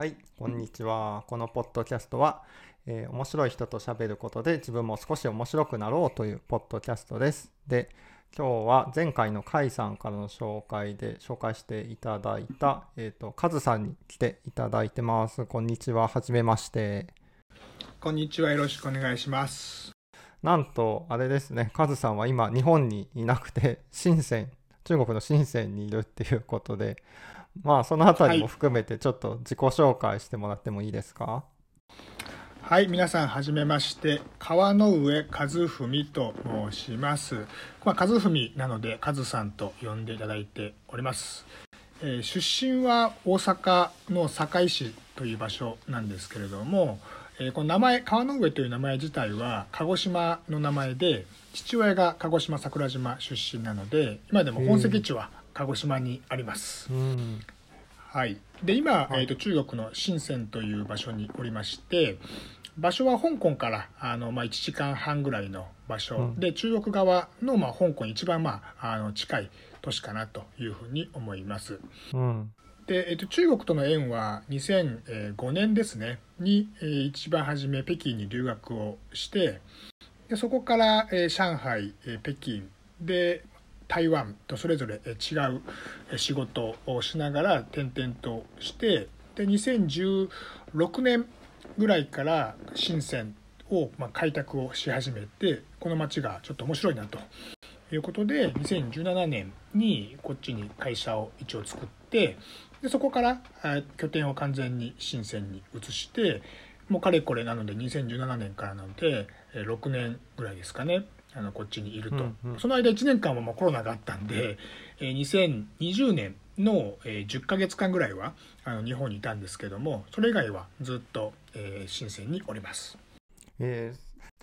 はい、こんにちは。このポッドキャストは、面白い人と喋ることで自分も少し面白くなろうというポッドキャストです。で、今日は前回のカイさんからの紹介で紹介していただいた、カズさんに来ていただいてます。こんにちは。はじめまして。 こんにちは。よろしくお願いします。 なんと、あれですね、カズさんは今日本にいなくて、中国の深センにいるっていうことで、そのあたりもはい。 含めてちょっと自己紹介してもらってもいいですか？ はい。皆さん、はじめまして。川之上和文と申します。和文なので、和さんと呼んでいただいております。出身は大阪の堺市という場所なんですけれども、この名前、川之上という名前自体は鹿児島の名前で、父親が鹿児島桜島出身なので、今でも本籍へえ、 地は鹿児島にあります。 うん、 はい、で今、 はい、 中国の深センという場所におりまして、場所は香港から1時間半ぐらいの場うん、 所で、中国側の、香港一番、近い都市かなというふうに思います。 うん、 で、中国との縁は2005年ですねに、一番初め北京に留学をして、でそこから、上海、北京で台湾とそれぞれ違う仕事をしながら転々として、で2016年ぐらいから深センを開拓をし始めて、この街がちょっと面白いなということで2017年にこっちに会社を一応作って、でそこから拠点を完全に深センに移して、もうかれこれなので2017年からなので6年ぐらいですかね、こっちにいると。 うん、うん。 その間1年間はもうコロナがあったんで、2020年の10ヶ月間ぐらいは日本にいたんですけども、それ以外はずっと深センにおります。 え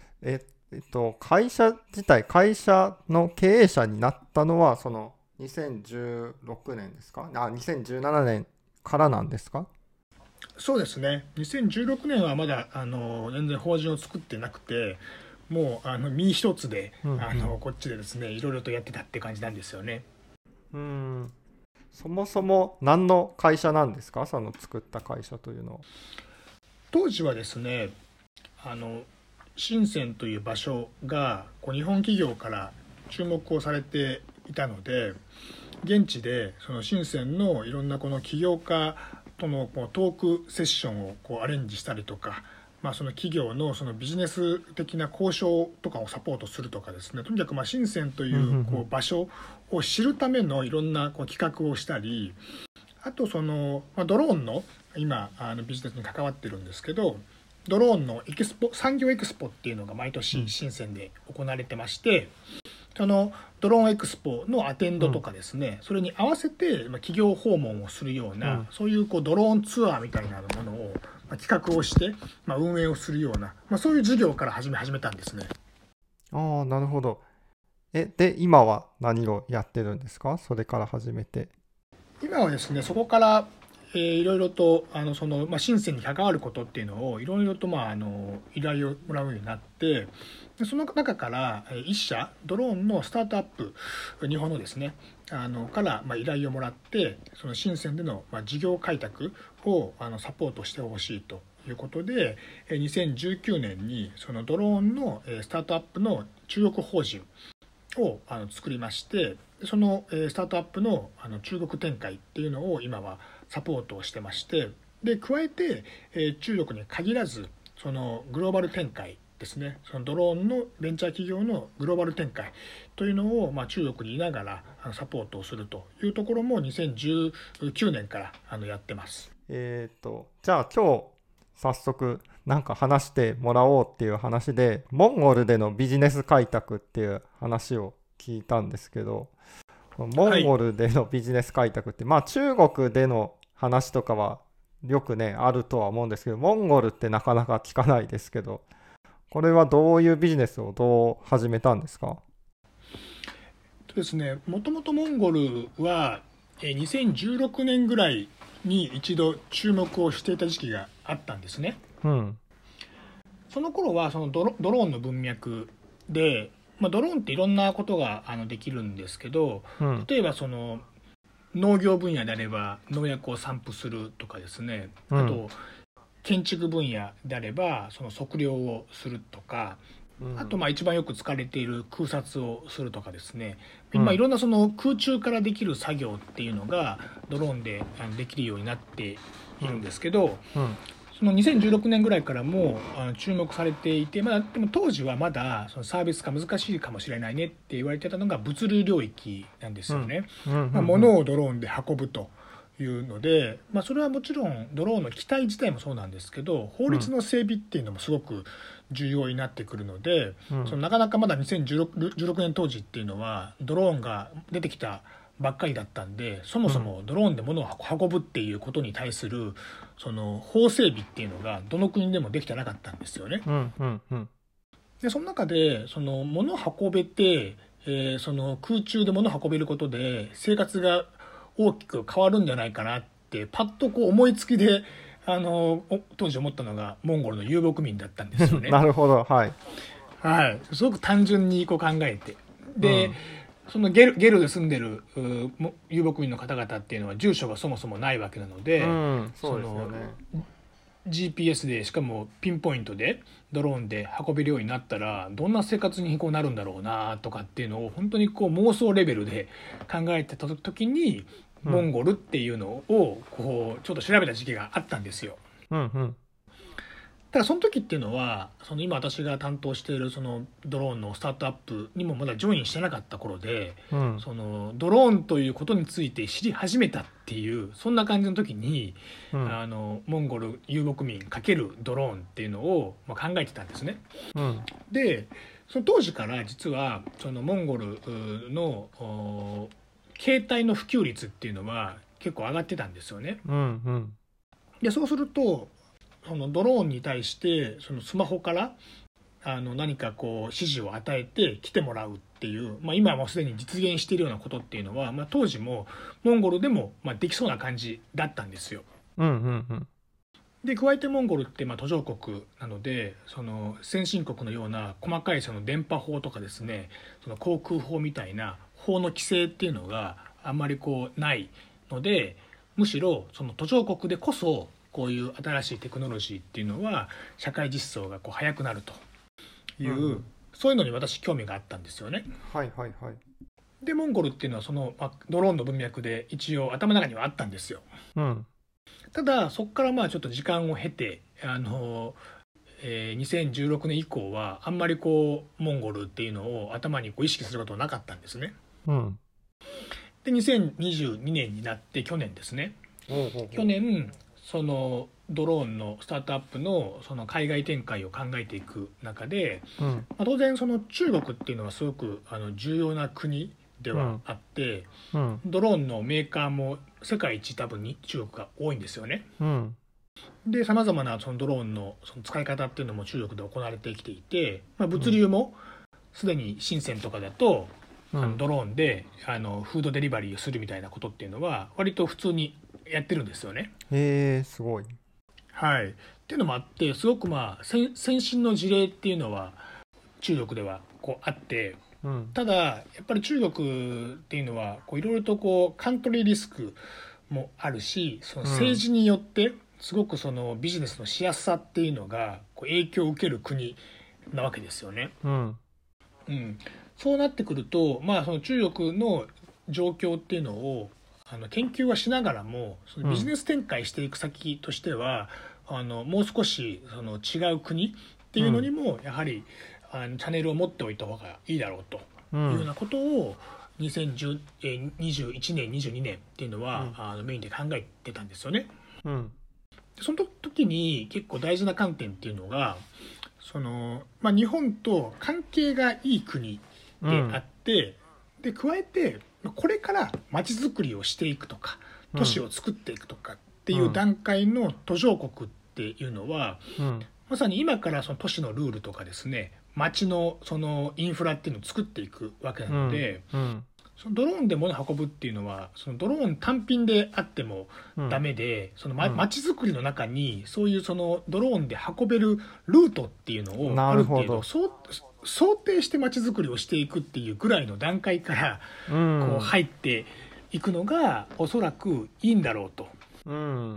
会社の経営者になったのは、その2016年ですか？2017年からなんですか？ そうですね、2016年はまだ全然法人を作ってなくて、もう身一つでうん、うん。 こっちでですね、いろいろとやってたって感じなんですよね。 うん。そもそも何の会社なんですか？その作った会社というのは。 当時はですね、あの深センという場所が日本企業から注目をされていたので、現地でその深センのいろんなこの起業家とのトークセッションをアレンジしたりとか、その企業のそのビジネス的な交渉とかをサポートするとかですね、とにかく深センとうん、ういうん、 場所を知るためのいろんな企画をしたり、あとドローンの今ビジネスに関わってるんですけど、ドローンの産業エクスポっていうのが毎うん、 年深センで行われてまして、そのドローンエクスポのアテンドとうん、 かですね、それに合わせて企業訪問をするような、 うん。 そういうドローンツアーみたいなものを企画をして、運営をするような、そういう事業から始めたんですね。 ああ、なるほど。で、今は何をやってるんですか？それから始めて。 今はですね、そこから、いろいろと深センに関わることっていうのをいろいろと依頼をもらうようになって、でその中から一社ドローンのスタートアップ、日本のですねから、依頼をもらって、その深センでの、事業開拓をサポートしてほしいということで、2019年にそのドローンのスタートアップの中国法人を作りまして、そのスタートアップの中国展開っていうのを今はサポートをしてまして、で加えて中国に限らず、そのグローバル展開ですね、そのドローンのベンチャー企業のグローバル展開というのを中国にいながらサポートをするというところも2019年からやってます。 じゃあ今日早速なんか話してもらおうっていう話で、モンゴルでのビジネス開拓っていう話を聞いたんですけど、モはい。 ンゴルでのビジネス開拓って、中国での話とかはよくね、あるとは思うんですけど、モンゴルってなかなか聞かないですけど、これはどういうビジネスをどう始めたんですか？ ですね、もともとモンゴルは2016年ぐらいに一度注目をしていた時期があったんですね。 うん、 その頃はそのドローンの文脈で、ドローンっていろんなことができるんですけど、 うん、 例えば農業分野であれば農薬を散布するとかですね、あと建築分野であればその測量をするとか、あと一番よく使われている空撮をするとかですね、いろんなその空中からできる作業っていうのがドローンでできるようになっているんですけど、その2016年ぐらいからも注目されていて、でも当時はまだそのサービス化難しいかもしれないねって言われてたのが物流領域なんですよね。物をドローンで運ぶというので、それはもちろんドローンの機体自体もそうなんですけど、法律の整備っていうのもすごく重要になってくるので、そのなかなかまだ2016年当時っていうのはドローンが出てきたばっかりだったんで、そもそもドローンで物を運ぶっていうことに対するその法整備っていうのがどの国でもできてなかったんですよね。でその中でその物を運べて、その空中で物を運べることで生活が大きく変わるんじゃないかなってパッとこう思いつきで当時思ったのがモンゴルの遊牧民だったんですよね。 なるほど、はい、 すごく単純にこう考えて、で、そのゲルで住んでる遊牧民の方々っていうのは住所がそもそもないわけなので、 そうですよね。 GPS でしかもピンポイントでドローンで運べるようになったらどんな生活にこうなるんだろうなとかっていうのを本当にこう妄想レベルで考えてた時に、モンゴルっていうのをこうちょっと調べた時期があったんですよ。ただその時っていうのはその今私が担当しているそのドローンのスタートアップにもまだジョインしてなかった頃で、そのドローンということについて知り始めたっていうそんな感じの時に、モンゴル遊牧民×ドローンっていうのを考えてたんですね。でその当時から実はそのモンゴルの携帯の普及率っていうのは結構上がってたんですよね。でそうするとそのドローンに対してそのスマホから何かこう指示を与えて来てもらうっていう、今はもうすでに実現しているようなことっていうのは、当時もモンゴルでもできそうな感じだったんですよ。で加えてモンゴルって途上国なのでその先進国のような細かいその電波法とかですね、その航空法みたいな法の規制っていうのがあんまりこうないので、むしろその途上国でこそこういう新しいテクノロジーっていうのは社会実装がこう早くなるという、そういうのに私興味があったんですよね。でモンゴルっていうのはその、ドローンの文脈で一応頭の中にはあったんですよ。ただそこからちょっと時間を経て2016年以降はあんまりこうモンゴルっていうのを頭にこう意識することはなかったんですね。で2022年になって去年ですね、去年そのドローンのスタートアップのその海外展開を考えていく中で、当然その中国っていうのはすごく重要な国ではあって、ドローンのメーカーも世界一多分に中国が多いんですよね。でさまざまなそのドローンのその使い方っていうのも中国で行われてきていて、物流もすでに深センとかだとドローンでフードデリバリーをするみたいなことっていうのは割と普通にやってるんですよね。 すごい。 っていうのもあってすごく先進の事例っていうのは中国ではこうあって、ただやっぱり中国っていうのはいろいろとこうカントリーリスクもあるし、その政治によってすごくそのビジネスのしやすさっていうのがこう影響を受ける国なわけですよね。そうなってくると、その中国の状況っていうのを研究はしながらもそのビジネス展開していく先としては、もう少しその違う国っていうのにもやはりチャンネルを持っておいた方がいいだろうというようなことを2021年22年っていうのは、メインで考えてたんですよね。その時に結構大事な観点っていうのがその、日本と関係がいい国であって、で加えてこれから街づくりをしていくとか都市を作っていくとかっていう段階の途上国っていうのは、まさに今からその都市のルールとかですね、街のそのインフラっていうのを作っていくわけなので、そのドローンで物を運ぶっていうのはそのドローン単品であってもダメで、その街づくりの中にそういうそのドローンで運べるルートっていうのをある程度想定して街づくりをしていくっていうぐらいの段階からこう入って行くのがおそらくいいんだろうと、 うん、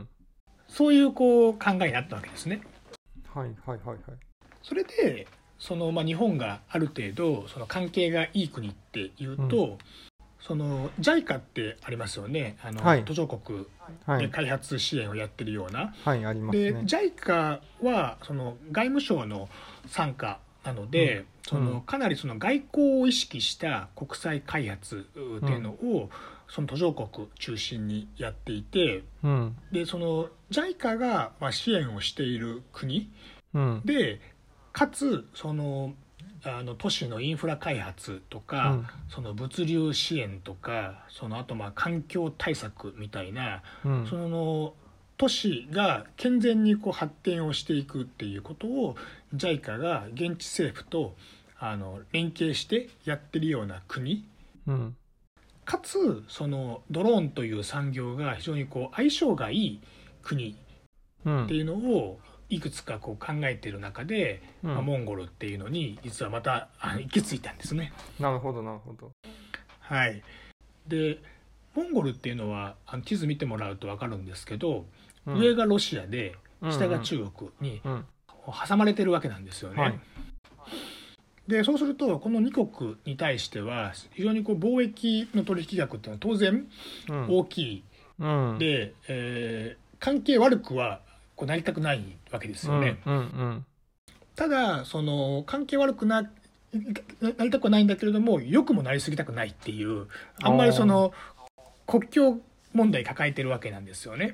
そういうこう考えになったわけですね。 はいはいはいはい。 それで日本がある程度その関係がいい国っていうと、JICA ってありますよね、 はい、 途上国はい、 で開発支援をやってるような、 はい、ありますでね。 JICA は外務省の傘下なので、かなり外交を意識した国際開発っていうのを、その途上国中心にやっていて、 うん、 でJICA が支援をしている国うん、 で、かつ都市のインフラ開発とか、物流支援とか、あと環境対策みたいな、 うん、 都市が健全にこう発展をしていくっていうことを JICA が現地政府と連携してやってるような国、 うん、 かつドローンという産業が非常にこう相性がいい国っていうのをいくつかこう考えている中で、モンゴルっていうのに実はまた行き着いたんですね。 なるほどなるほど。 はい。でモンゴルっていうのは地図見てもらうと分かるんですけど、上がロシアで下が中国に挟まれてるわけなんですよね。 はい、 でそうするとこの2国に対しては非常にこう貿易の取引額っていうのは当然大きい、で、関係悪くはこうなりたくないわけですよね。ただ関係悪くなりたくはないんだけれども、良くもなりすぎたくないっていう、あんまり国境問題抱えてるわけなんですよね。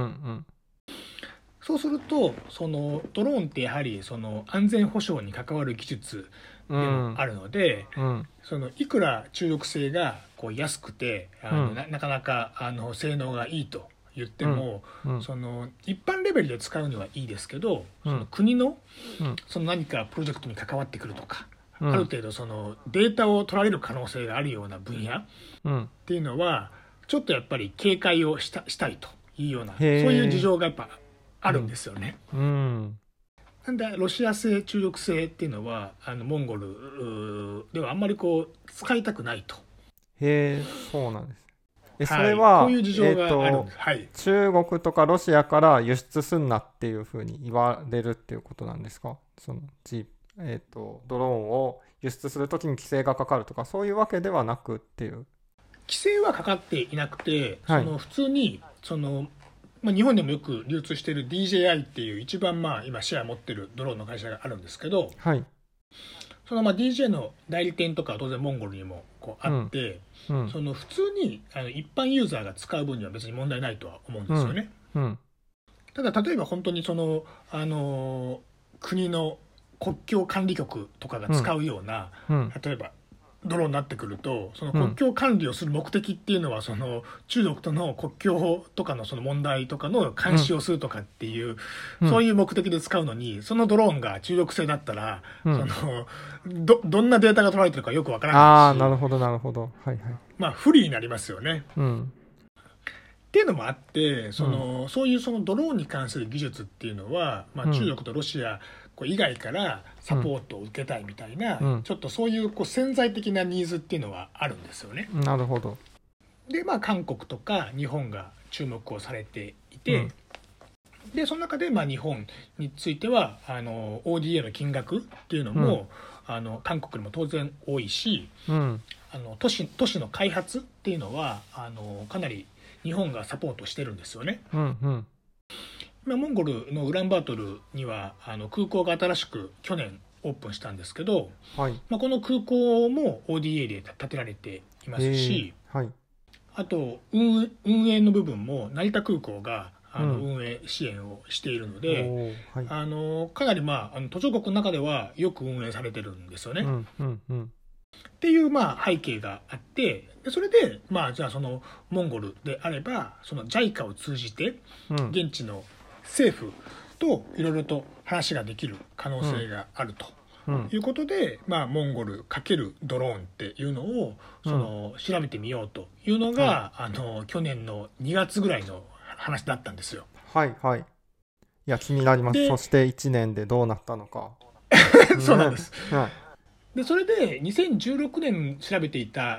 そうするとドローンってやはり安全保障に関わる技術でもあるので、いくら中毒性がこう安くてなかなか性能がいいと言っても、一般レベルで使うにはいいですけど、国の何かプロジェクトに関わってくるとか、ある程度データを取られる可能性があるような分野っていうのはちょっとやっぱり警戒をしたいというような、そういう事情がやっぱあるんですよね。なんでロシア製中毒性っていうのはモンゴルではあんまりこう使いたくないと。 へえ、そうなんです。それは、 こういう事情があるんです。 中国とかロシアから輸出すんなっていうふうに言われるっていうことなんですか？ドローンを輸出するときに規制がかかるとか、そういうわけではなくっていう。 規制はかかっていなくて、普通に日本でもよく流通している DJI っていう一番今シェア持ってるドローンの会社があるんですけど、DJI の代理店とかは当然モンゴルにもこうあって、普通に一般ユーザーが使う分には別に問題ないとは思うんですよね。ただ例えば本当に国の国境管理局とかが使うような、例えばドローンになってくると、国境管理をする目的っていうのは中国との国境とかの問題とかの監視をするとかっていう、そういう目的で使うのに、そのドローンが中毒性だったら、どんなデータが取られてるかよくわからないし、 なるほどなるほど、 不利になりますよね。っていうのもあって、そういうドローンに関する技術っていうのは、中国とロシア以外からサポートを受けたいみたいな、ちょっとそういう潜在的なニーズっていうのはあるんですよね。 なるほど。 で韓国とか日本が注目をされていて、でその中で日本についてはODA の金額っていうのも、韓国にも当然多いし、都市の開発っていうのはかなり日本がサポートしてるんですよね。モンゴルのウランバートルには空港が新しく去年オープンしたんですけど、この空港も ODA で建てられていますし、あと運営の部分も成田空港が運営支援をしているので、かなり途上国の中ではよく運営されてるんですよね。っていう背景があって、それでじゃあモンゴルであればJICA を通じて現地の政府といろいろと話ができる可能性があるということで、モンゴル×ドローンっていうのを調べてみようというのが、去年の2月ぐらいの話だったんですよ。 いや気になります。そして1年でどうなったのか。 そうなんです。でそれで2016年調べていた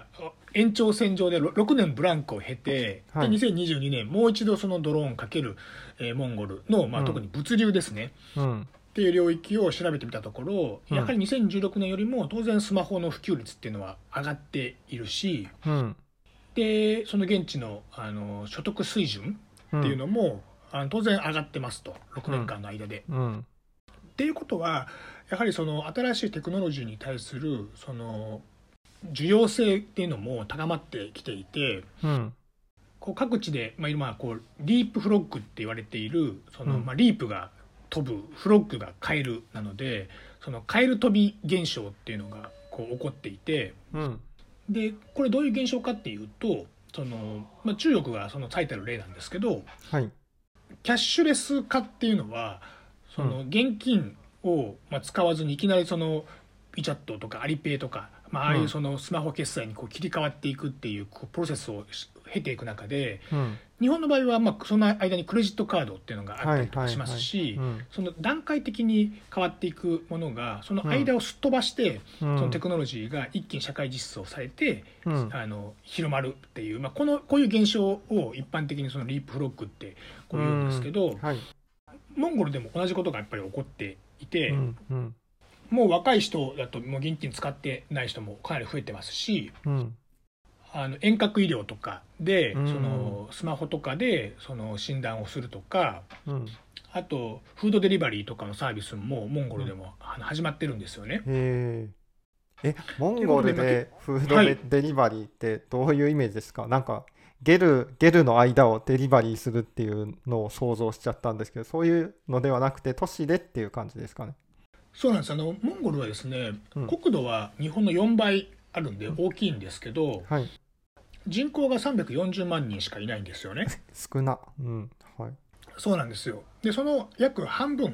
延長線上で6年ブランクを経て、 はい、 で2022年もう一度そのドローン×モンゴルの、特に物流ですね、 うん、 っていう領域を調べてみたところ、 うん、 やはり2016年よりも当然スマホの普及率っていうのは上がっているし、 うん、 でその現地の、所得水準っていうのも、当然上がってますと、6年間の間で。 うん、 っていうことはやはりその新しいテクノロジーに対するその需要性っていうのも高まってきていて、 うん、 こう各地で、今こうリープフロッグって言われているその、リープが飛ぶ、フロッグがカエルなので、そのカエル飛び現象っていうのがこう起こっていて、 うん、 でこれどういう現象かっていうと、その、中国がその最たる例なんですけど、 はい、 キャッシュレス化っていうのはその現金を使わずにいきなりそのWeChatとかアリペイとか、ああいうそのスマホ決済にこう切り替わっていくっていうプロセスを経ていく中で、 うん、 日本の場合はその間にクレジットカードっていうのがあったりとかしますはいし、 はいはい、 その段階的に変わっていくものがその間をすっ飛ばして、そのテクノロジーが一気に社会実装されて、広まるっていう、こういう現象を一般的にそのリープフロッグってこう言うんですけど、 はい、 モンゴルでも同じことがやっぱり起こっていて、 うんうん、 もう若い人だともう現金使ってない人もかなり増えてますし、 うん、 遠隔医療とかで、 うん、 そのスマホとかでその診断をするとか、 うん、 あとフードデリバリーとかのサービスもモンゴルでも始まってるんですよね。 モンゴルでフードデリバリーってどういうイメージですか？なんかゲルの間をデリバリーするっていうのを想像しちゃったんですけど、そういうのではなくて都市でっていう感じですかね。 そうなんです。モンゴルはですね、 うん、 国土は日本の4倍あるんで大きいんですけど、 はい、 人口が340万人しかいないんですよね。 少な、うん、はい、 そうなんですよ。でその約半分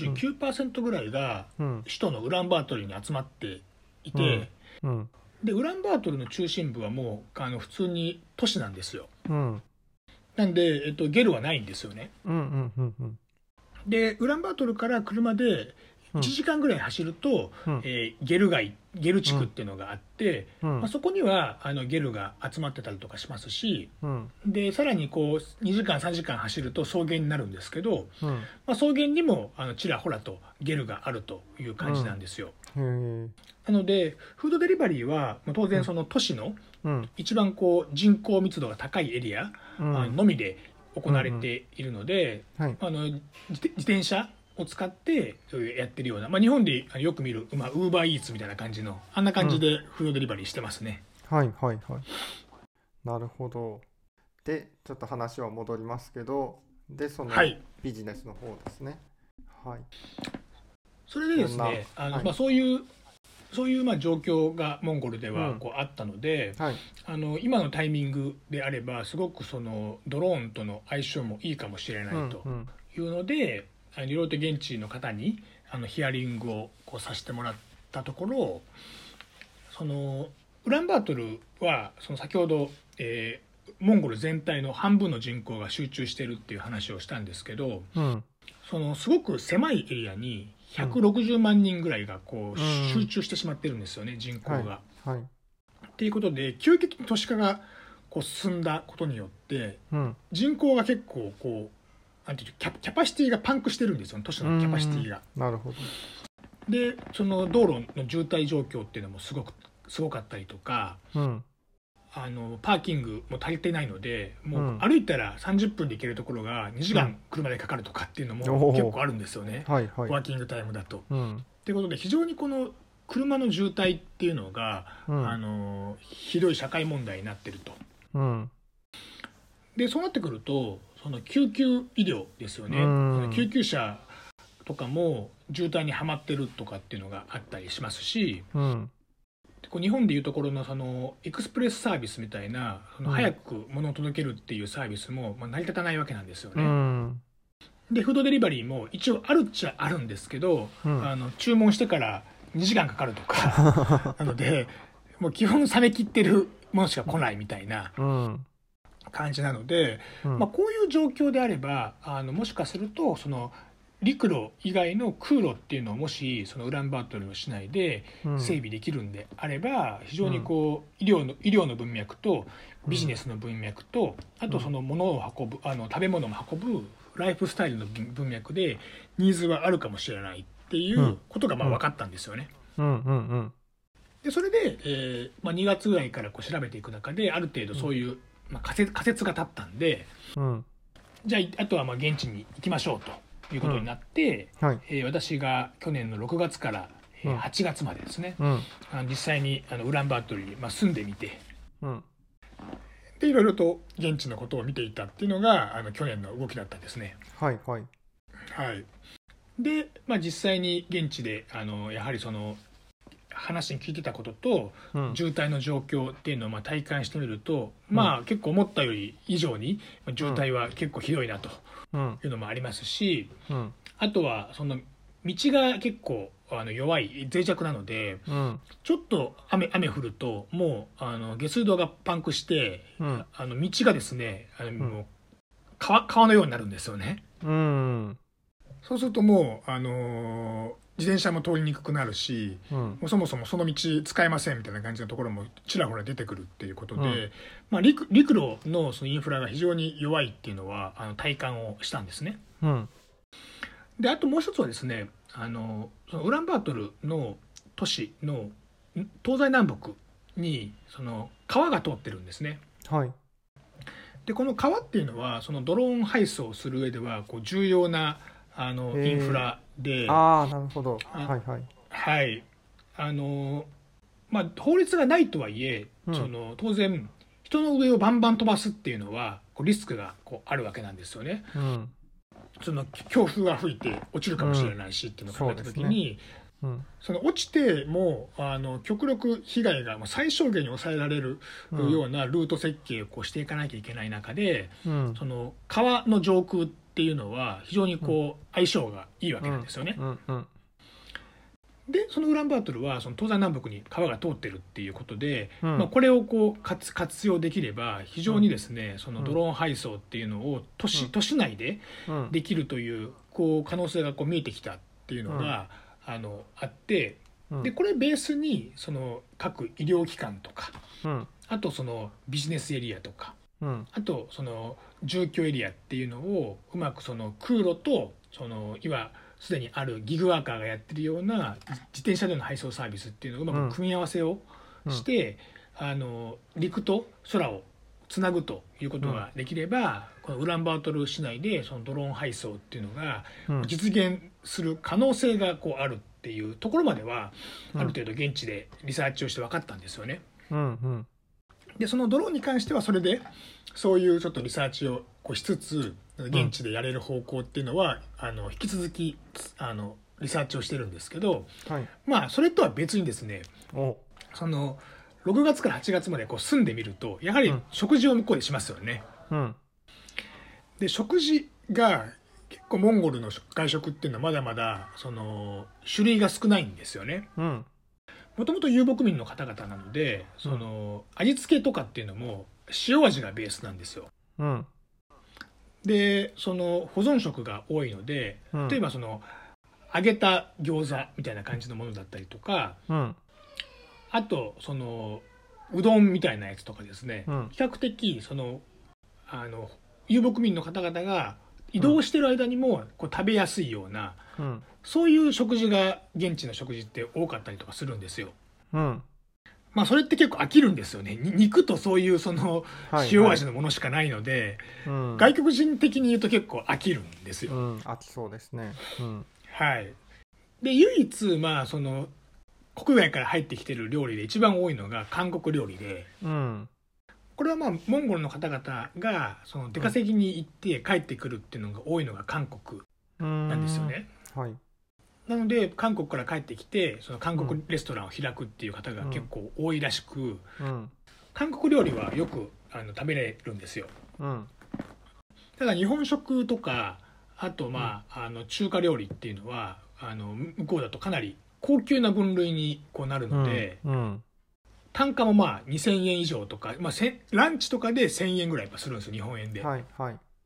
49% ぐらいが首都のウランバートルに集まっていて、 うん、 でウランバートルの中心部はもう普通に都市なんですよ。 うん、 なんで、ゲルはないんですよね。 うん、うん、うん、 でウランバートルから車で1時間ぐらい走ると、ゲル街、ゲル地区っていうのがあって、そこにはゲルが集まってたりとかしますし、でさらにこう2時間3時間走ると草原になるんですけど、草原にもちらほらとゲルがあるという感じなんですよ。なのでフードデリバリーは当然その都市の一番こう人口密度が高いエリアのみで行われているので、自転車を使ってやってるような、日本でよく見るウーバーイーツみたいな感じのあんな感じでフードデリバリーしてますね。 はいはいはい。なるほど。でちょっと話は戻りますけど、でそのビジネスの方ですね。はい。 それでですね、そういう状況がモンゴルではこうあったので、今のタイミングであればすごくそのドローンとの相性もいいかもしれないというので、いろいろと現地の方にヒアリングをこうさせてもらったところ、そのウランバートルはその先ほど、モンゴル全体の半分の人口が集中してるっていう話をしたんですけど、そのすごく狭いエリアに160万人ぐらいがこう集中してしまってるんですよね、人口が。っていうことで急激に都市化がこう進んだことによって、人口が結構こうなんていうキャパシティがパンクしてるんですよね、都市のキャパシティが。 なるほど。 でその道路の渋滞状況っていうのもすごかったりとか、パーキングも足りてないのでもう歩いたら30分で行けるところが2時間車でかかるとかっていうのも結構あるんですよね、ワーキングタイムだと。ということで非常にこの車の渋滞っていうのが、ひどい社会問題になってると。でそうなってくるとその救急医療ですよね、救急車とかも渋滞にはまってるとかっていうのがあったりしますし、日本でいうところのそのエクスプレスサービスみたいなその早く物を届けるっていうサービスも成り立たないわけなんですよね。でフードデリバリーも一応あるっちゃあるんですけど、注文してから2時間かかるとかなのでもう基本冷め切ってるものしか来ないみたいな感じなので、こういう状況であればもしかするとその陸路以外の空路っていうのをもしそのウランバートルの市内でうん整備できるんであれば、非常にこう医療の文脈とビジネスの文脈と、あとその物を運ぶ食べ物を運ぶライフスタイルの文脈でニーズはあるかもしれないっていうことがまあ分かったんですよね。 うんうんでそれで、2月ぐらいからこう調べていく中である程度そういう、仮説が立ったんで、 うんじゃああとはまあ現地に行きましょうということになって、 はい私が去年の6月から8月までですね、 うん実際にウランバートルに住んでみて、 うんでいろいろと現地のことを見ていたっていうのが去年の動きだったんですね。 はいはいはいで、実際に現地でやはりその話に聞いてたことと、 うん渋滞の状況っていうのを体感してみると、 うん結構思ったより以上に渋滞は結構ひどいなとうんいうのもありますし、 うんあとはその道が結構弱い脆弱なので、 うんちょっと雨降るともう下水道がパンクして、 うん道がですねもう川のようになるんですよね。 うんそうするともう自転車も通りにくくなるし、 うんもうそもそもその道使えませんみたいな感じのところもちらほら出てくるっていうことで、陸路のそのインフラが非常に弱いっていうのは体感をしたんですね。 うんであともう一つはですねそのウランバートルの都市の東西南北にその川が通ってるんですね。 はいでこの川っていうのはそのドローン配送する上ではこう重要なインフラで、 ああなるほどはいはいはい法律がないとはいえ、 うんその当然人の上をバンバン飛ばすっていうのはこうリスクがこうあるわけなんですよね。 うんその強風が吹いて落ちるかもしれないしっていうのを考えた時に、 うんその落ちても極力被害がもう最小限に抑えられるようなルート設計をこうしていかなきゃいけない中で、 うんその川の上空っていうのは非常にこう相性がいいわけなんですよね。 うんうんでそのウランバートルはその東西南北に川が通ってるっていうことで、 うんこれをこう活用できれば非常にですね、そのドローン配送っていうのを都市内でうんできるというこう可能性がこう見えてきたっていうのが、あって、 うんでこれベースにその各医療機関とか、 うんあとそのビジネスエリアとか、 うんあとその住居エリアっていうのをうまくその空路とその今すでにあるギグワーカーがやってるような自転車での配送サービスっていうのをうまく組み合わせをして、陸と空をつなぐということができれば、このウランバートル市内でそのドローン配送っていうのがうん実現する可能性がこうあるっていうところまではある程度現地でリサーチをして分かったんですよね。 うんうんでそのドローンに関してはそれでそういうちょっとリサーチをこうしつつ現地でやれる方向っていうのは引き続きリサーチをしてるんですけど、 はいそれとは別にですねおその6月から8月までこう住んでみるとやはり食事を向こうでしますよね。 うんで食事が結構モンゴルの外食っていうのはまだまだその種類が少ないんですよね。 うんもともと遊牧民の方々なのでその味付けとかっていうのも塩味がベースなんですよ。 うんでその保存食が多いのでうん例えばその揚げた餃子みたいな感じのものだったりとか、 うんあとそのうどんみたいなやつとかですね、 うん比較的その遊牧民の方々が移動してる間にもこう食べやすいような、 うんそういう食事が現地の食事って多かったりとかするんですよ。 うんそれって結構飽きるんですよね。肉とそういうその塩味のものしかないので、 うん外国人的に言うと結構飽きるんですよ。 うん飽きそうですねうんはい。で唯一その国外から入ってきてる料理で一番多いのが韓国料理で、 うんこれはモンゴルの方々がその出稼ぎに行って帰ってくるっていうのが多いのが韓国なんですよね。 はいなので韓国から帰ってきてその韓国レストランを開くっていう方が結構多いらしく、 うん韓国料理はよく食べれるんですよ。 うんただ日本食とかあと中華料理っていうのは向こうだとかなり高級な分類にこうなるので、 うん単価も2000円以上とか、ランチとかで1000円ぐらいするんですよ日本円で。 はいはい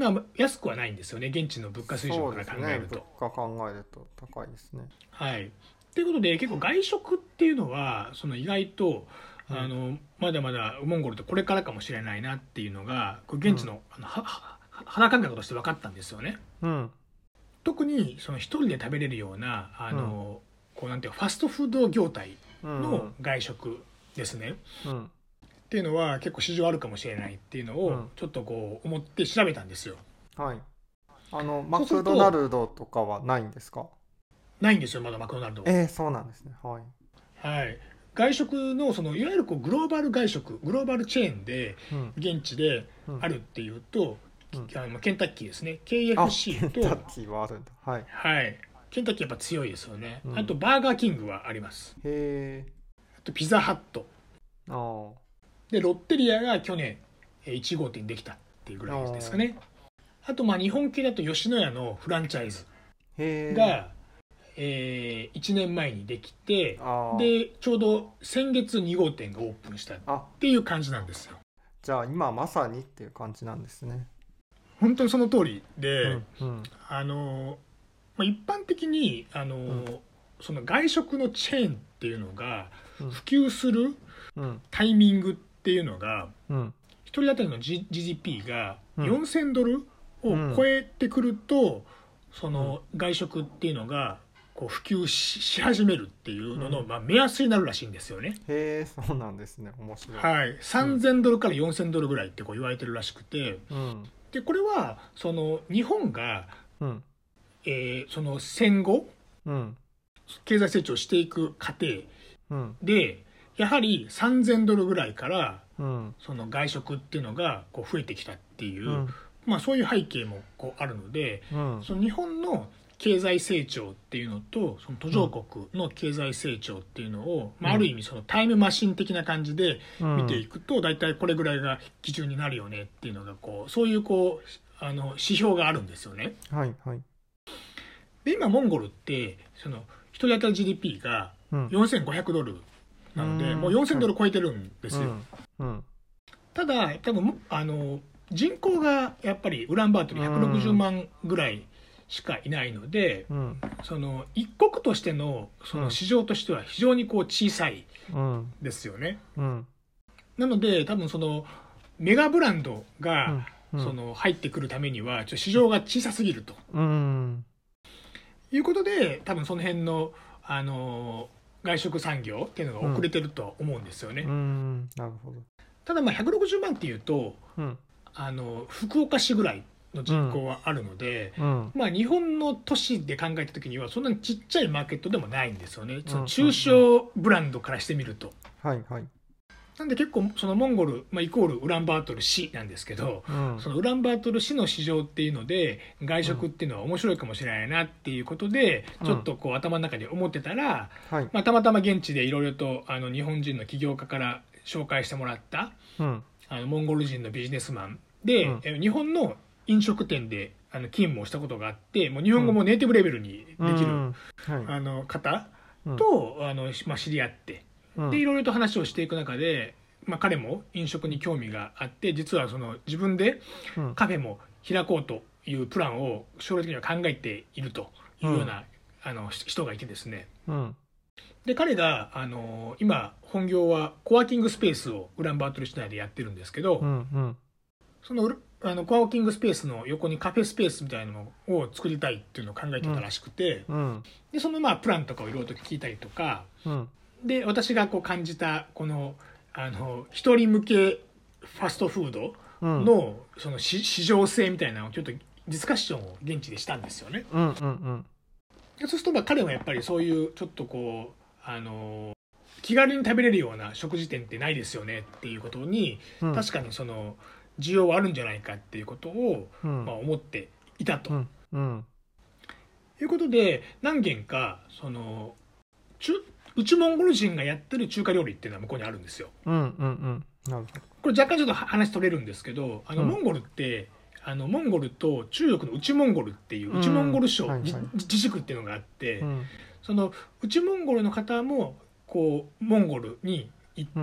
まあ、安くはないんですよね、現地の物価水準そうからですね。 考えると。 物価考えると高いですね。 はい。ということで結構外食っていうのはその意外とまだまだモンゴルってこれからかもしれないなっていうのがこう現地の、肌感覚として分かったんですよね。 うん。 特にその一人で食べれるようなこうなんていうかファストフード業態の外食ですね、っていうのは結構市場あるかもしれないっていうのをちょっとこう思って調べたんですよ。 はい。マクドナルドとかはないんですか？ ないんですよ、まだマクドナルド。 そうなんですね。はい。 はい。外食のそのいわゆるこうグローバル外食、グローバルチェーンで現地であるっていうと、ケンタッキーですね。KFC と、 ケンタッキーはあるんだ。はい。 はい。ケンタッキーやっぱ強いですよね。 うんあとバーガーキングはあります。 へえ。 あとピザハット。 あで、ロッテリアが去年1号店できたっていうぐらいですかね。あとまあ日本系だと吉野家のフランチャイズへえ。 が、1年前にできて、でちょうど先月2号店がオープンしたっていう感じなんですよ。 じゃあ今まさにっていう感じなんですね。 本当にその通りで、 うん一般的にその外食のチェーンっていうのが普及するタイミングっていうのが、1人当たりの GDP が4000ドルを超えてくると、その外食っていうのがこう普及し始めるっていうのの、目安になるらしいんですよね。 へえ、そうなんですね。面白い。 はい、3000ドルから4000ドルぐらいってこう言われてるらしくて、でこれはその日本が、その戦後、経済成長していく過程で、やはり3000ドルぐらいから、その外食っていうのがこう増えてきたっていう、そういう背景もこうあるので、その日本の経済成長っていうのとその途上国の経済成長っていうのを、ある意味そのタイムマシン的な感じで見ていくと、大体これぐらいが基準になるよねっていうのがこうそういうこう指標があるんですよね。 はいはい。 で今モンゴルってその1人当たり GDP が4500ドルなので、もう4000ドル超えてるんですよ。ただ多分人口がやっぱりウランバートル160万ぐらいしかいないので、その一国としてのその市場としては非常にこう小さいですよね。なので多分そのメガブランドがその入ってくるためにはちょっと市場が小さすぎると、いうことで多分その辺の外食産業っていうのが遅れてるとは思うんですよね。 なるほど。 ただまあ160万っていうと、福岡市ぐらいの人口はあるので、日本の都市で考えた時にはそんなにちっちゃいマーケットでもないんですよね、その中小ブランドからしてみると。なんで結構そのモンゴル、イコールウランバートル市なんですけど、そのウランバートル市の市場っていうので外食っていうのは面白いかもしれないなっていうことで、ちょっとこう頭の中で思ってたら、たまたま現地でいろいろと日本人の起業家から紹介してもらった、モンゴル人のビジネスマンで、日本の飲食店で勤務をしたことがあって、もう日本語もネイティブレベルにできる、方と知り合って、でいろいろと話をしていく中で、彼も飲食に興味があって、実はその自分でカフェも開こうというプランを将来的には考えているというような、人がいてですね、で彼が今本業はコワーキングスペースをウランバートル市内でやってるんですけど、そのコワーキングスペースの横にカフェスペースみたいなのを作りたいっていうのを考えてたらしくて、でそのプランとかをいろいろと聞いたりとか、で私がこう感じたこの一人向けファストフードのその市場性みたいなのをちょっとディスカッションを現地でしたんですよね。そうすると彼はやっぱりそういうちょっとこう気軽に食べれるような食事店ってないですよねっていうことに、確かにその需要はあるんじゃないかっていうことを、思っていたと、いうことで何軒かその内モンゴル人がやってる中華料理っていうのは向こうにあるんですよ。これ若干ちょっと話取れるんですけど、モンゴルってモンゴルと中国の内モンゴルっていう内モンゴル省、自治区っていうのがあって、その内モンゴルの方もこうモンゴルに行って、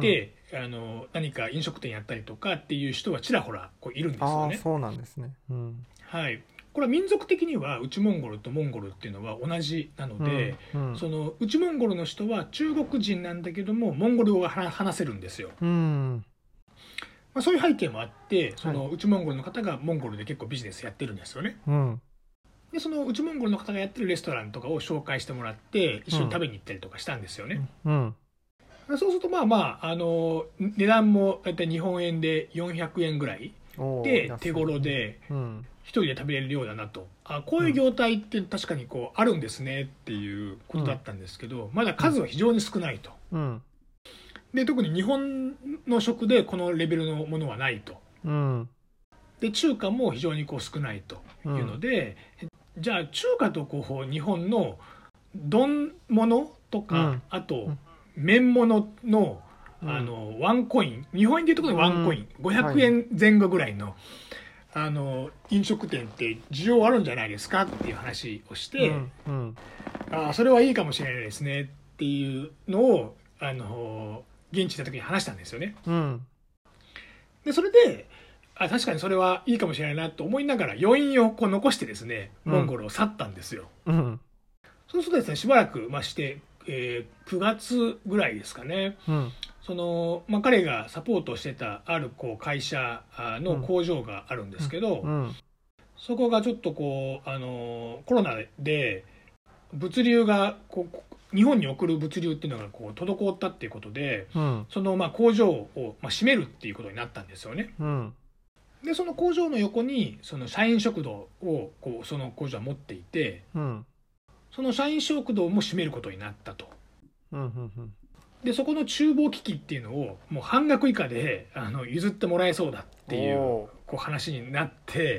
何か飲食店やったりとかっていう人はちらほらこういるんですよね。 そうなんですね。 はい、これは民族的には内モンゴルとモンゴルっていうのは同じなので、その内モンゴルの人は中国人なんだけどもモンゴル語が話せるんですよ。そういう背景もあってその内モンゴルの方がモンゴルで結構ビジネスやってるんですよね。でその内モンゴルの方がやってるレストランとかを紹介してもらって一緒に食べに行ったりとかしたんですよね。そうすると値段も大体日本円で400円ぐらいで手頃で一人で食べれるようだなと、こういう業態って確かにこうあるんですねっていうことだったんですけど、まだ数は非常に少ないと。で特に日本の食でこのレベルのものはないと。で中華も非常にこう少ないというので、じゃあ中華とこう日本の丼物とか、あと麺物のワンコイン、日本円でいうところのワンコイン、500円前後ぐらいの飲食店って需要あるんじゃないですかっていう話をして、それはいいかもしれないですねっていうのを現地にいた時に話したんですよね。でそれで確かにそれはいいかもしれないなと思いながら余韻をこう残してですねモンゴルを去ったんですよ。そうするとですねしばらくして、9月ぐらいですかね、彼がサポートしてたあるこう会社の工場があるんですけど、そこがちょっとこうコロナで物流が日本に送る物流っていうのがこう滞ったっていうことで、その工場を閉めるっていうことになったんですよね。でその工場の横にその社員食堂をこうその工場は持っていて、その社員食堂も閉めることになったと。でそこの厨房機器っていうのをもう半額以下で譲ってもらえそうだっていうこう話になって、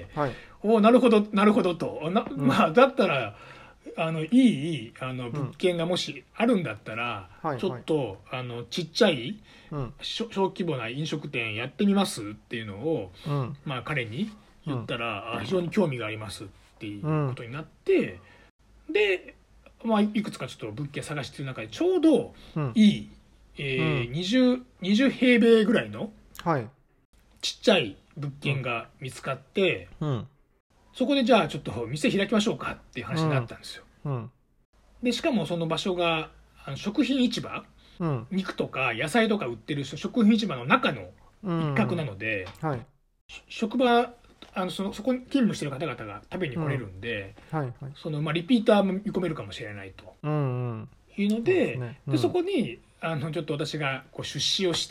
なるほどなるほどと、だったらいい物件がもしあるんだったら、ちょっとちっちゃい、小規模な飲食店やってみますっていうのを、彼に言ったら、非常に興味がありますっていうことになって、で、いくつかちょっと物件探してる中でちょうどいい、20平米ぐらいのちっちゃい物件が見つかって、そこでじゃあちょっと店開きましょうかっていう話になったんですよ。でしかもその場所が食品市場、肉とか野菜とか売ってる食品市場の中の一角なので、職場そこに勤務してる方々が食べに来れるんで、リピーターも見込めるかもしれないというので、そこにちょっと私がこう出資をして、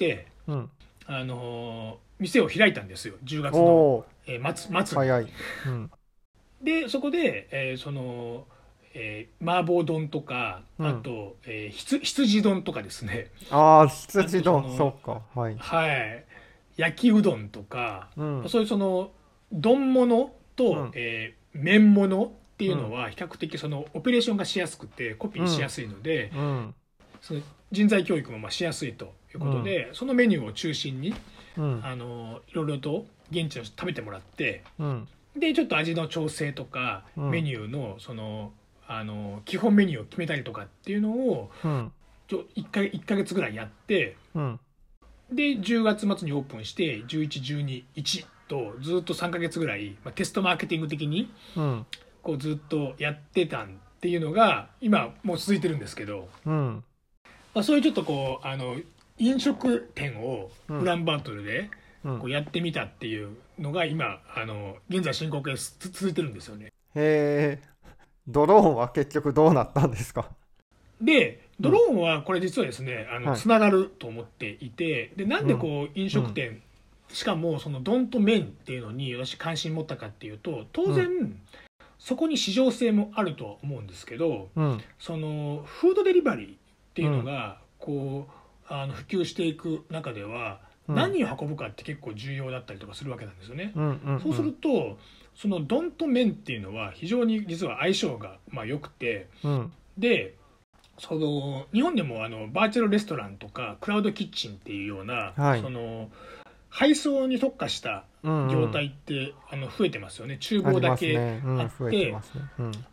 店を開いたんですよ10月の末に。でそこで、麻婆丼とか、あと、羊丼とかですね。 羊丼、そうか。 焼きうどんとか、そういうその丼物と、麺物っていうのは比較的そのオペレーションがしやすくてコピーしやすいので、その人材教育もしやすいということで、そのメニューを中心に、いろいろと現地の人食べてもらって、でちょっと味の調整とか、メニューのその基本メニューを決めたりとかっていうのを、1ヶ月ぐらいやって、で10月末にオープンして11、12、1とずっと3ヶ月ぐらい、テストマーケティング的にこうずっとやってたっていうのが今もう続いてるんですけど、そういうちょっとこう飲食店をウランバートルでこうやってみたっていうのが今現在進行形続いてるんですよね。 へー。ドローンは結局どうなったんですか？ でドローンはこれ実はですねつながると思っていて、でなんでこう飲食店、しかもその丼と麺っていうのに私関心持ったかっていうと、当然、そこに市場性もあるとは思うんですけど、そのフードデリバリーっていうのがこう普及していく中では、何を運ぶかって結構重要だったりとかするわけなんですよね。そうするとその丼と麺っていうのは非常に実は相性が良くて、でその日本でもバーチャルレストランとかクラウドキッチンっていうような、その配送に特化した業態って増えてますよね。厨房だけあって、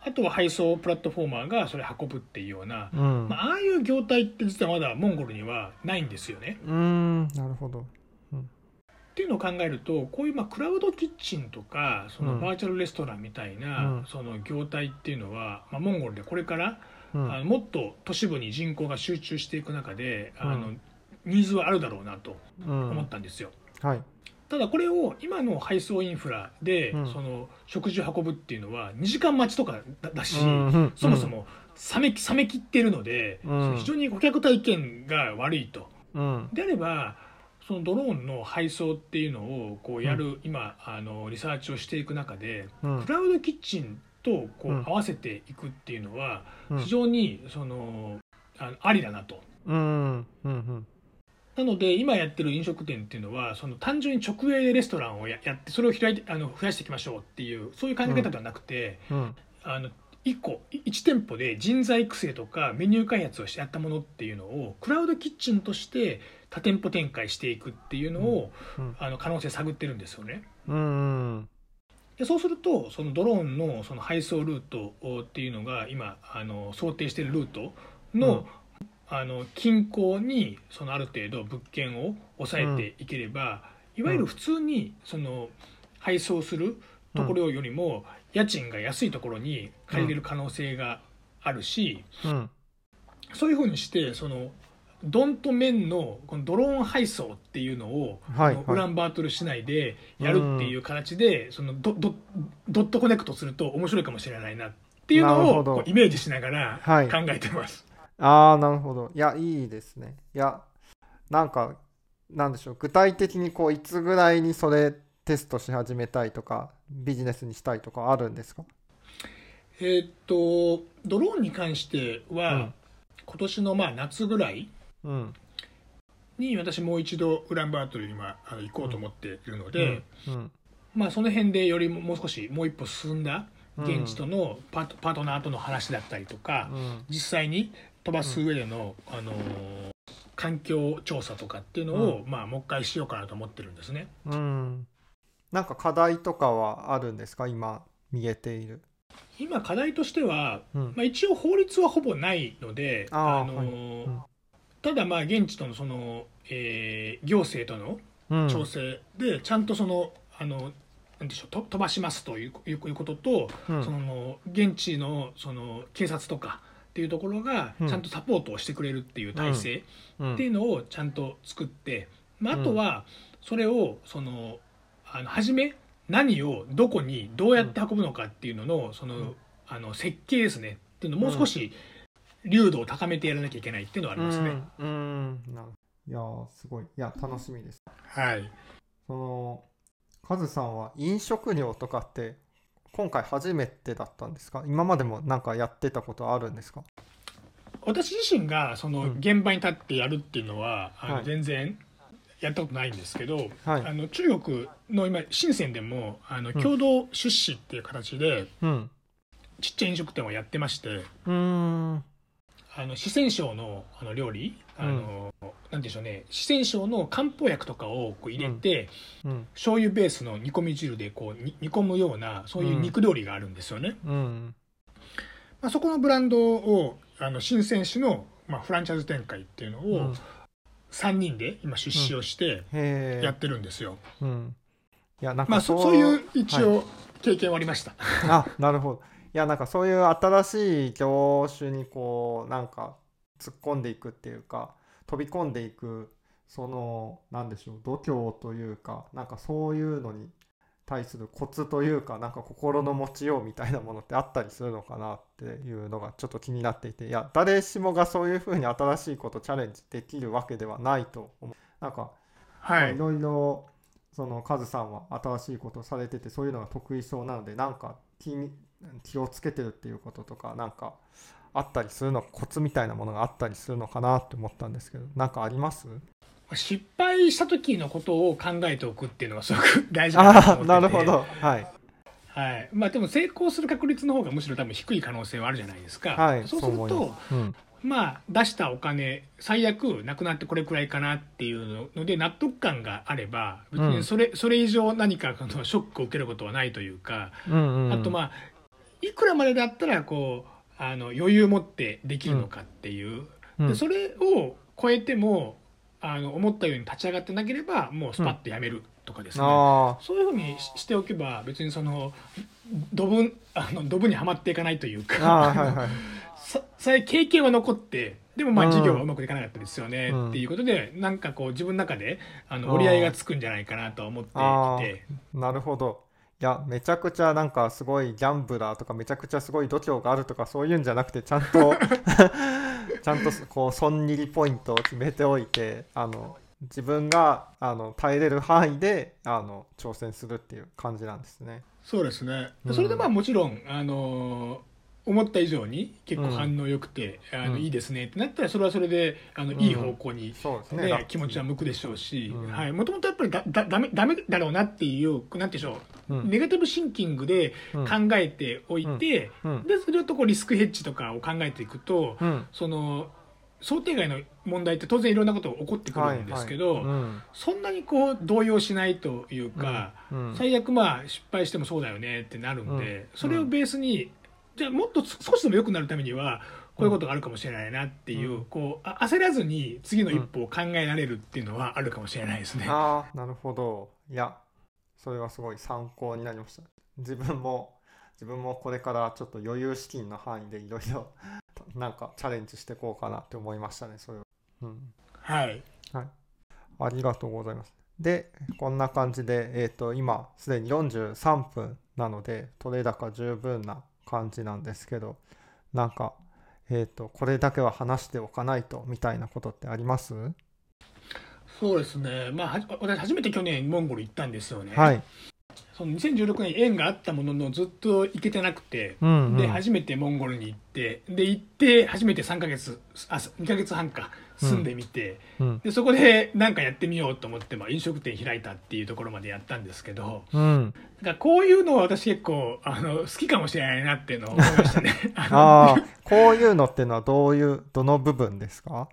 あとは配送プラットフォーマーがそれ運ぶっていうような、 うんああいう業態って実はまだモンゴルにはないんですよね。 なるほど。 っていうのを考えると、こういうクラウドキッチンとかそのうんバーチャルレストランみたいな、 うんその業態っていうのは、モンゴルでこれから、 うんもっと都市部に人口が集中していく中で、 うんニーズはあるだろうなとうん思ったんですよ。 はい。 ただこれを今の配送インフラで、 うんその食事を運ぶっていうのは2時間待ちとかだし、 うんそもそも冷めきっているので、 うん非常に顧客体験が悪いと。 うんであればそのドローンの配送っていうのをこうやる、今リサーチをしていく中で、 うんクラウドキッチンとこうんう合わせていくっていうのはうん非常にありだなと。 うんうんなので今やってる飲食店っていうのはその単純に直営レストランをやってそれを増やしていきましょうっていうそういう考え方ではなくて、 うん 1店舗で人材育成とかメニュー開発をしてやったものっていうのをクラウドキッチンとして多店舗展開していくっていうのを、可能性探ってるんですよね。 うんでそうするとそのドローンのその配送ルートっていうのが今想定しているルートの、近郊にそのある程度物件を抑えていければ、いわゆる普通にその配送するところよりも家賃が安いところに借りれる可能性があるし、 うんそういうふうにしてそのドンと面のこのドローン配送っていうのを、 はいウランバートル市内でやるっていう形で、そのドットコネクトすると面白いかもしれないなっていうなるのをほどこうイメージしながらはい考えてます。 ああ、なるほど。いや、いいですね。いや、なんか、なんでしょう、具体的にこういつぐらいにそれテストし始めたいとか、ビジネスにしたいとかあるんですか？ ドローンに関しては、 うん今年の夏ぐらいうんに私もう一度ウランバートルに行こうと思っているので、 うんその辺でよりもう少しもう一歩進んだうん現地とのパートナーとの話だったりとか、 うん実際に飛ばす上での、環境調査とかっていうのを、もう一回しようかなと思ってるんですね。 うんなんか課題とかはあるんですか？今見えている。 今課題としては、 うん一応法律はほぼないので、ただ現地とのその、行政とのうん調整でちゃんとそのなんでしょう飛ばしますということと、 うんその現地のその警察とかっていうところがちゃんとサポートをしてくれるっていう体制うんっていうのをちゃんと作って、あとはそれをその初め何をどこにどうやって運ぶのかっていうののその設計ですねっていうのをもう少し流度を高めてやらなきゃいけないっていうのはありますね。 なるいやーすごい。いや楽しみです。 はいそのカズさんは飲食業とかって今回初めてだったんですか？今までもなんかやってたことあるんですか？ 私自身がその現場に立ってやるっていうのは、 はい全然やったことないんですけど、 はい中国の今深センでも共同出資っていう形でうんちっちゃい飲食店をやってまして、 うん四川省の料理なんでしょうね、四川省の漢方薬とかをこう入れて、 うん醤油ベースの煮込み汁でこう煮込むようなそういう肉料理があるんですよね。 うんそこのブランドを深セン市のフランチャイズ展開っていうのをうん 3人で今出資をしてへえやってるんですよ。 いやなんかそういう一応経験はありました。 あ、なるほど。いやなんかそういう新しい業種にこうなんか突っ込んでいくっていうか飛び込んでいくそのなんでしょう度胸というかなんかそういうのに対するコツというかなんか心の持ちようみたいなものってあったりするのかなっていうのがちょっと気になっていて、いや誰しもがそういうふうに新しいことチャレンジできるわけではないと思う。なんかいろいろそのカズさんは新しいことをされててそういうのが得意そうなのでなんか気をつけてるっていうこととかなんかあったりするのコツみたいなものがあったりするのかなって思ったんですけど、なんかあります？ 失敗した時のことを考えておくっていうのがすごく大事かなと思ってて、 なるほど。はいはい。でも成功する確率の方がむしろ多分低い可能性はあるじゃないですか。 はい、 そうする思いとます。 出したお金最悪なくなってこれくらいかなっていうので納得感があれば別にそれ以上何かショックを受けることはないというか、あといくらまでだったらこう余裕持ってできるのかっていう、でそれを超えても思ったように立ち上がってなければもうスパッとやめるとかですね、そういうふうにしておけば別にそのドブにはまっていかないというか、そういう経験は残って、でもまあ授業はうまくいかなかったですよねっていうことで、なんかこう自分の中で折り合いがつくんじゃないかなと思っていて。 なるほど。いや、めちゃくちゃなんかすごいギャンブラーとかめちゃくちゃすごい度胸があるとかそういうんじゃなくて、ちゃんとちゃんとこう損切りポイントを決めておいて、自分が耐えれる範囲で挑戦するっていう感じなんですね。 そうですね。それでまあもちろん思った以上に結構反応良くて、いいですねってなったら、それはそれでいい方向に、ね、気持ちは向くでしょうし、もともとやっぱりダメだろうなっていう、なんていうんでしょう、ネガティブシンキングで考えておいて、でそれをとこうリスクヘッジとかを考えていくと、その想定外の問題って当然いろんなことが起こってくるんですけど、そんなにこう動揺しないというか、最悪まあ失敗してもそうだよねってなるんで、それをベースにじゃあもっと少しでも良くなるためにはこういうことがあるかもしれないなっていう、こう焦らずに次の一歩を考えられるっていうのはあるかもしれないですね。 なるほど。いや、それはすごい参考になりました。自分もこれからちょっと余裕資金の範囲でいろいろなんかチャレンジしていこうかなって思いましたね、それは。 はい。 ありがとうございます。で、こんな感じで、今すでに43分なので取れ高十分な感じなんですけど、なんか、これだけは話しておかないとみたいなことってあります？ そうですね。まあ私初めて去年モンゴル行ったんですよね。 はい。 その2016年縁があったもののずっと行けてなくて、で初めてモンゴルに行って初めて2ヶ月半か住んでみて、でそこで何かやってみようと思って、飲食店開いたっていうところまでやったんですけど、だからこういうのは私結構好きかもしれないなっていうのを思いましたね。 こういうのっていうのはどの部分ですか？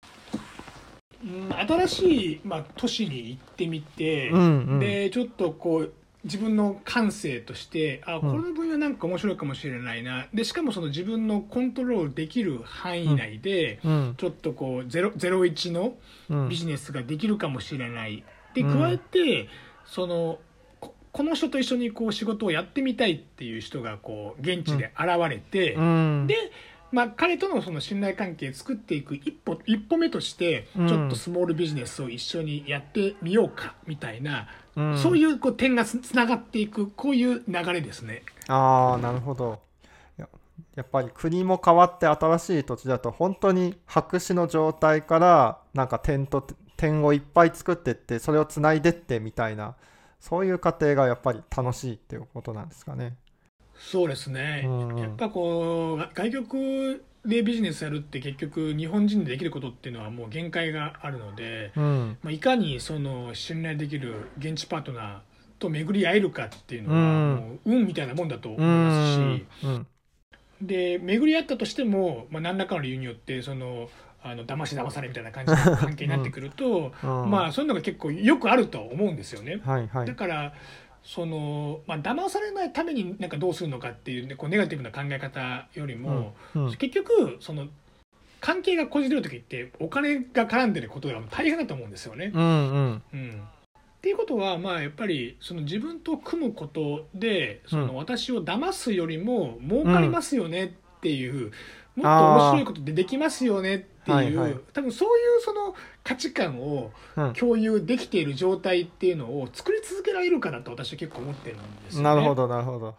新しい、都市に行ってみて、でちょっとこう自分の感性としてこの分野なんか面白いかもしれないな、でしかもその自分のコントロールできる範囲内で、ちょっとこう01のビジネスができるかもしれない、で加えてそのこの人と一緒にこう仕事をやってみたいっていう人がこう現地で現れて、で彼とのその信頼関係を作っていく一歩目として、ちょっとスモールビジネスを一緒にやってみようかみたいな、そういう点がつながっていく、こういう流れですね。 なるほど。やっぱり国も変わって新しい土地だと本当に白紙の状態からなんか点をいっぱい作っていって、それをつないでってみたいな、そういう過程がやっぱり楽しいっていうことなんですかね。 そうですね、やっぱこう外国でビジネスやるって結局日本人でできることっていうのはもう限界があるので、いかにその信頼できる現地パートナーと巡り合えるかっていうのはもう運みたいなもんだと思いますし、で巡り合ったとしても、何らかの理由によってその騙し騙されみたいな感じの関係になってくると、そういうのが結構よくあると思うんですよね。だからその騙されないためになんかどうするのかっていう、こうネガティブな考え方よりも、結局その関係がこじれる時ってお金が絡んでることが大変だと思うんですよね。っていうことはやっぱりその自分と組むことでその私を騙すよりも儲かりますよねっていう、もっと面白いことできますよねっていう、多分そういうその価値観を共有できている状態っていうのを作り続けられるかなと私は結構思ってるんですよね。 なるほど。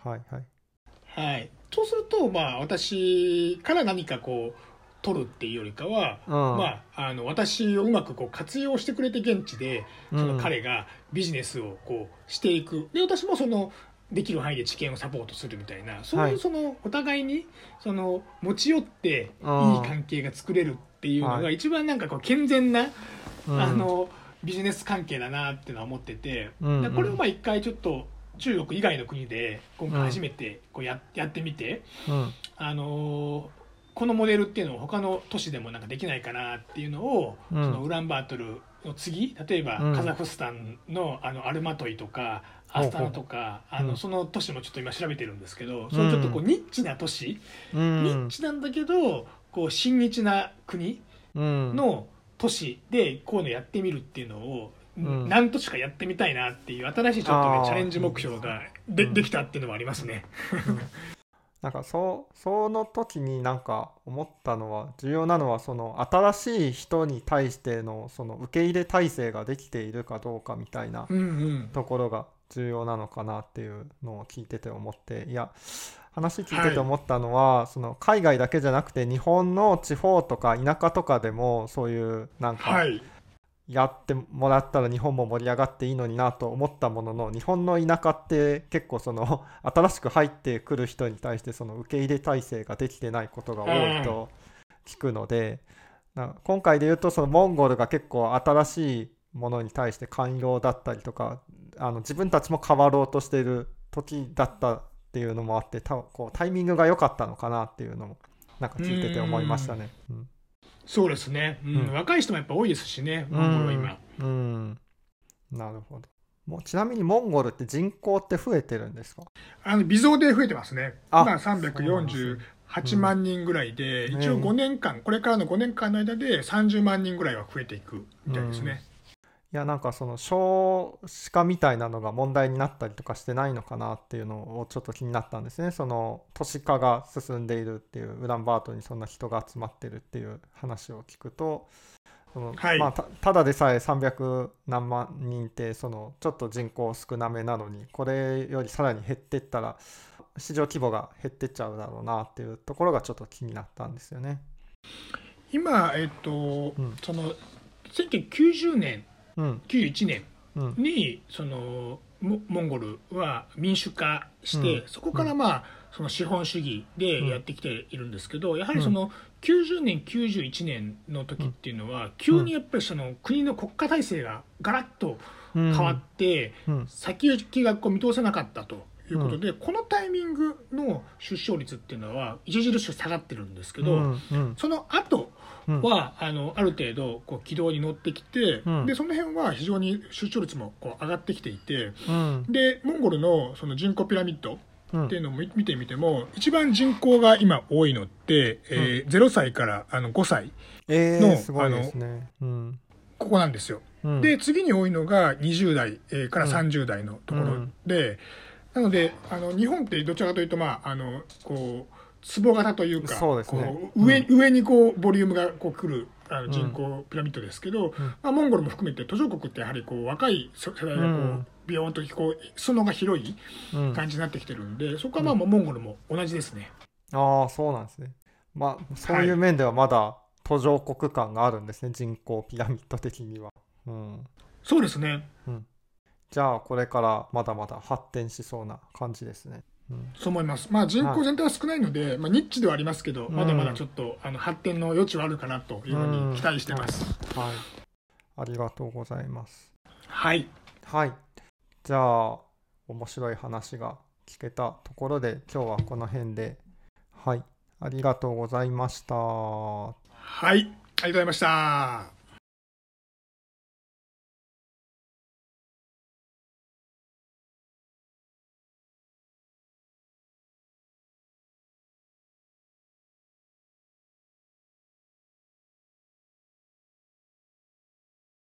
そうすると私から何かこう取るっていうよりかは、私をうまくこう活用してくれて現地でその彼がビジネスをこうしていく、で私もそのできる範囲で知見をサポートするみたいな、そういうそのお互いにその持ち寄っていい関係が作れるっていうのが一番なんかこう健全なビジネス関係だなっていうのは思ってて、これを一回ちょっと中国以外の国で今回初めてこうやってみて、このモデルっていうのを他の都市でもなんかできないかなっていうのを、そのウランバートルの次、例えばカザフスタンのアルマトイとかアスタナとかその都市もちょっと今調べてるんですけど、そういうちょっとこうニッチな都市、ニッチなんだけどこう親日な国の都市でこういうのやってみるっていうのを何都市かやってみたいなっていう新しいちょっとねチャレンジ目標ができたっていうのもありますね。 なんかその時になんか思ったのは、重要なのはその新しい人に対してのその受け入れ体制ができているかどうかみたいなところが重要なのかなっていうのを聞いてて思って、いや話聞いてて思ったのは、その海外だけじゃなくて日本の地方とか田舎とかでもそういうなんかやってもらったら日本も盛り上がっていいのになと思ったものの、日本の田舎って結構その新しく入ってくる人に対してその受け入れ体制ができてないことが多いと聞くので、今回で言うとそのモンゴルが結構新しいものに対して寛容だったりとか、自分たちも変わろうとしている時だったっていうのもあって、こうタイミングが良かったのかなっていうのもなんか聞いてて思いましたね。 そうですね、若い人もやっぱ多いですしね、モンゴルは今。 なるほど。ちなみにモンゴルって人口って増えてるんですか？ 微増で増えてますね。今348万人ぐらいで、一応5年間、これからの5年間の間で30万人ぐらいは増えていくみたいですね。 いやなんかその少子化みたいなのが問題になったりとかしてないのかなっていうのをちょっと気になったんですね。その都市化が進んでいるっていう、ウランバートにそんな人が集まってるっていう話を聞くと、ただでさえ300何万人ってそのちょっと人口少なめなのに、これよりさらに減っていったら市場規模が減ってっちゃうだろうなっていうところがちょっと気になったんですよね。 今その1990年91年にそのモンゴルは民主化して、そこからその資本主義でやってきているんですけど、やはりその90年91年の時っていうのは急にやっぱりその国の国家体制がガラッと変わって、先行きがこう見通せなかったということで、このタイミングの出生率っていうのは著しく下がってるんですけど、その後はある程度こう軌道に乗ってきて、でその辺は非常に出生率もこう上がってきていて、でモンゴルのその人口ピラミッドっていうのを見てみても、一番人口が今多いのって、0歳から5歳の、 すごいですね。 ここなんですよ。で次に多いのが20代、から30代のところで、なので日本ってどちらかというとこう壺型というか、こう上にこうボリュームがこう来る人口ピラミッドですけど、モンゴルも含めて途上国ってやはりこう若い世代がこうビヨーンとこう裾野が広い感じになってきてるんで、そこはモンゴルも同じですね。 ああ、そうなんですね。そういう面ではまだ途上国感があるんですね、人口ピラミッド的には。 そうですね。 じゃあこれからまだまだ発展しそうな感じですね。 そう思います。人口全体は少ないので、ニッチではありますけど、まだまだちょっと発展の余地はあるかなというふうに期待してます。 ありがとうございます。 はい。 じゃあ面白い話が聞けたところで今日はこの辺で、ありがとうございました。 はい、ありがとうございました。